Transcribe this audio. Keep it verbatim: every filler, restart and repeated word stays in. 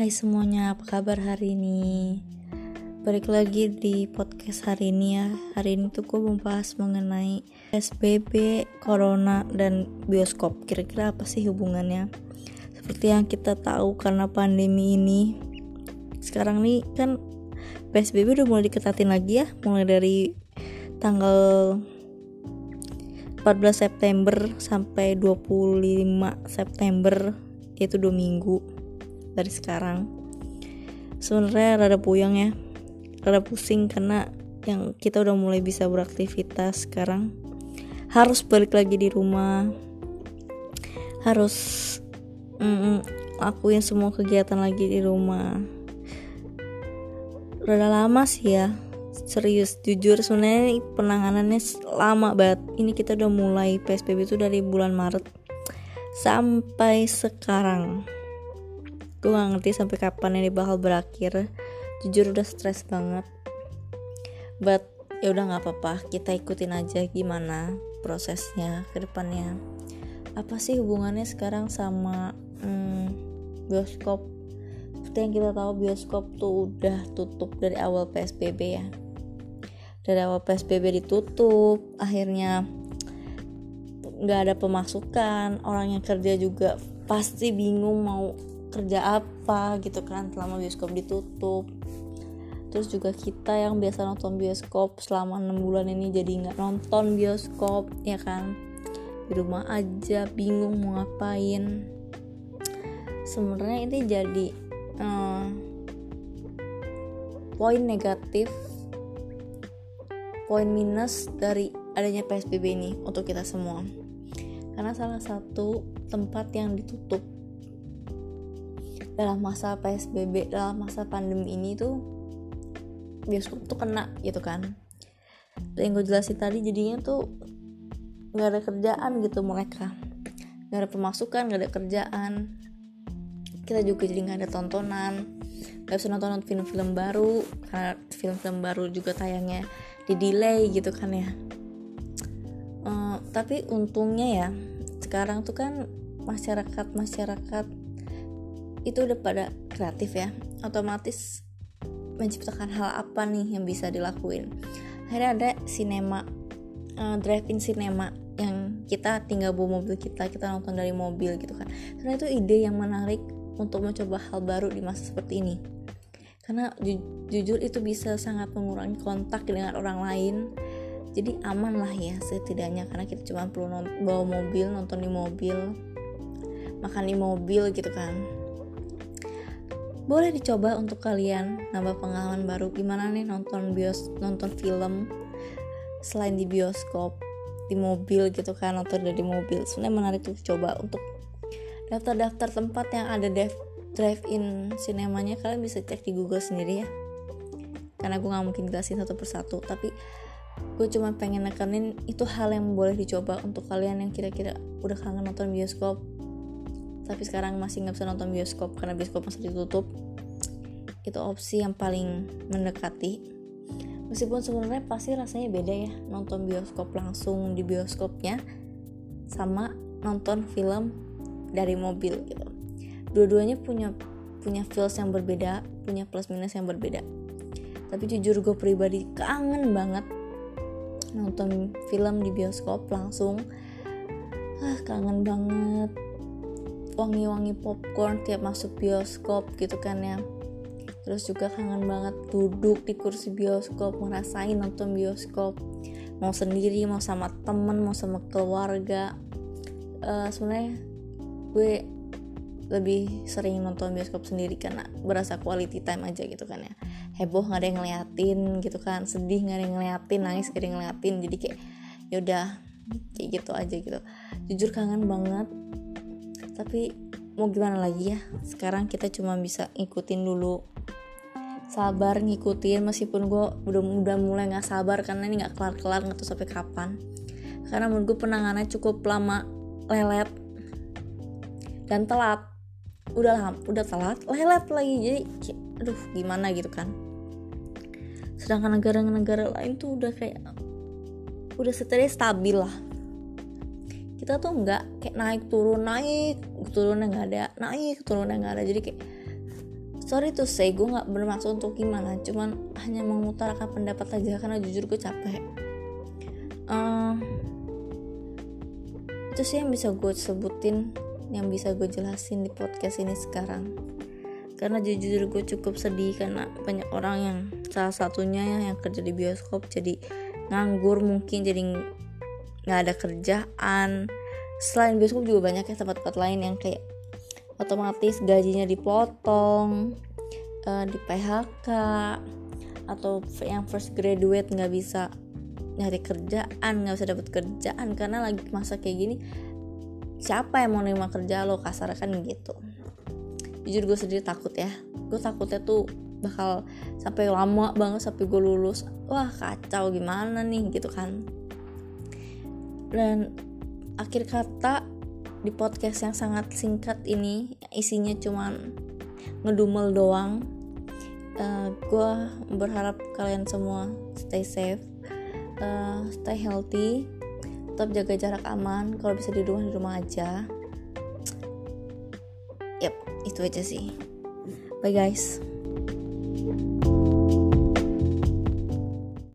Hai semuanya, apa kabar hari ini? Balik lagi di podcast hari ini ya. Hari ini tuh gue mau bahas mengenai P S B B, Corona, dan bioskop. Kira-kira apa sih hubungannya? Seperti yang kita tahu karena pandemi ini, sekarang nih kan P S B B udah mulai diketatin lagi ya. Mulai dari tanggal empat belas September sampai dua puluh lima September, yaitu dua minggu dari sekarang. Sebenarnya rada puyeng ya, rada pusing karena yang kita udah mulai bisa beraktivitas sekarang, harus balik lagi di rumah, harus mm, lakuin semua kegiatan lagi di rumah. Rada lama sih ya, serius jujur sebenarnya penanganannya lama banget. Ini kita udah mulai P S B B itu dari bulan Maret sampai sekarang. Gue gak ngerti sampai kapan ini bakal berakhir. Jujur udah stres banget. But ya udah nggak apa-apa, kita ikutin aja gimana prosesnya ke depannya. Apa sih hubungannya sekarang sama hmm, bioskop? Seperti yang kita tahu, bioskop tuh udah tutup dari awal P S B B ya. Dari awal P S B B ditutup, akhirnya nggak ada pemasukan. Orang yang kerja juga pasti bingung mau kerja apa gitu kan selama bioskop ditutup. Terus juga kita yang biasa nonton bioskop selama enam bulan ini jadi nggak nonton bioskop ya kan, di rumah aja bingung mau ngapain. Sebenarnya ini jadi uh, poin negatif, poin minus dari adanya P S B B ini untuk kita semua. Karena salah satu tempat yang ditutup dalam masa P S B B, dalam masa pandemi ini tuh bioskop tuh kena gitu kan. Dan yang gue jelasin tadi, jadinya tuh gak ada kerjaan gitu mereka, gak ada pemasukan, gak ada kerjaan. Kita juga jadi gak ada tontonan, gak bisa nonton film-film baru karena film-film baru juga tayangnya di delay gitu kan ya. uh, Tapi untungnya ya sekarang tuh kan masyarakat-masyarakat itu udah pada kreatif ya, otomatis menciptakan hal apa nih yang bisa dilakuin. Akhirnya ada sinema, uh, drive-in sinema yang kita tinggal bawa mobil kita, kita nonton dari mobil gitu kan. Karena itu ide yang menarik untuk mencoba hal baru di masa seperti ini. Karena ju- jujur itu bisa sangat mengurangi kontak dengan orang lain. Jadi aman lah ya setidaknya, karena kita cuma perlu non- bawa mobil, nonton di mobil, makan di mobil gitu kan. Boleh dicoba untuk kalian nambah pengalaman baru. Gimana nih nonton bios nonton film selain di bioskop, di mobil gitu kan, nonton dari mobil. Sebenarnya menarik tuh coba. Untuk daftar-daftar tempat yang ada drive-in sinemanya, kalian bisa cek di Google sendiri ya, karena gue gak mungkin jelasin satu persatu. Tapi gue cuma pengen nekenin itu hal yang boleh dicoba untuk kalian yang kira-kira udah kangen nonton bioskop tapi sekarang masih gak bisa nonton bioskop karena bioskop masih ditutup. Itu opsi yang paling mendekati. Meskipun sebenarnya pasti rasanya beda ya nonton bioskop langsung di bioskopnya sama nonton film dari mobil gitu. Dua-duanya punya punya feels yang berbeda, punya plus minus yang berbeda. Tapi jujur gue pribadi kangen banget nonton film di bioskop langsung. Ah, kangen banget wangi-wangi popcorn tiap masuk bioskop gitu kan ya. Terus juga kangen banget duduk di kursi bioskop, ngerasain nonton bioskop, mau sendiri, mau sama temen, mau sama keluarga. uh, Sebenarnya gue lebih sering nonton bioskop sendiri karena berasa quality time aja gitu kan ya. Heboh gak ada yang ngeliatin gitu kan, sedih gak ada yang ngeliatin, nangis gak ada yang ngeliatin. Jadi kayak yaudah kayak gitu aja gitu. Jujur kangen banget. Tapi mau gimana lagi ya, sekarang kita cuma bisa ngikutin dulu, sabar ngikutin. Meskipun gue udah, udah mulai gak sabar karena ini gak kelar-kelar, gak tahu sampai kapan. Karena menurut gue penanganannya cukup lama, lelet dan telat. Udah lama, udah telat, lelet lagi. Jadi aduh gimana gitu kan. Sedangkan negara-negara lain tuh udah kayak udah setidaknya stabil lah. Kita tuh nggak kayak naik turun naik turunnya nggak ada, naik turunnya nggak ada. Jadi kayak sorry to say, gue nggak bermaksud untuk gimana, cuman hanya mengutarakan pendapat aja karena jujur gue capek. Uh, itu sih yang bisa gue sebutin, yang bisa gue jelasin di podcast ini sekarang. Karena jujur gue cukup sedih karena banyak orang yang salah satunya yang kerja di bioskop jadi nganggur, mungkin jadi nggak ada kerjaan. Selain bioskop juga banyak ya tempat-tempat lain yang kayak otomatis gajinya dipotong, uh, di P H K, atau yang first graduate nggak bisa nyari kerjaan, nggak bisa dapet kerjaan karena lagi masa kayak gini. Siapa yang mau nerima kerja lo, kasar kan gitu. Jujur gue sendiri takut ya, gue takutnya tuh bakal sampai lama banget sampai gue lulus. Wah kacau gimana nih gitu kan. Dan akhir kata di podcast yang sangat singkat ini, isinya cuman ngedumel doang, uh, gue berharap kalian semua stay safe, uh, stay healthy, tetap jaga jarak aman. Kalau bisa di rumah di rumah aja. Yep, itu aja sih. Bye guys.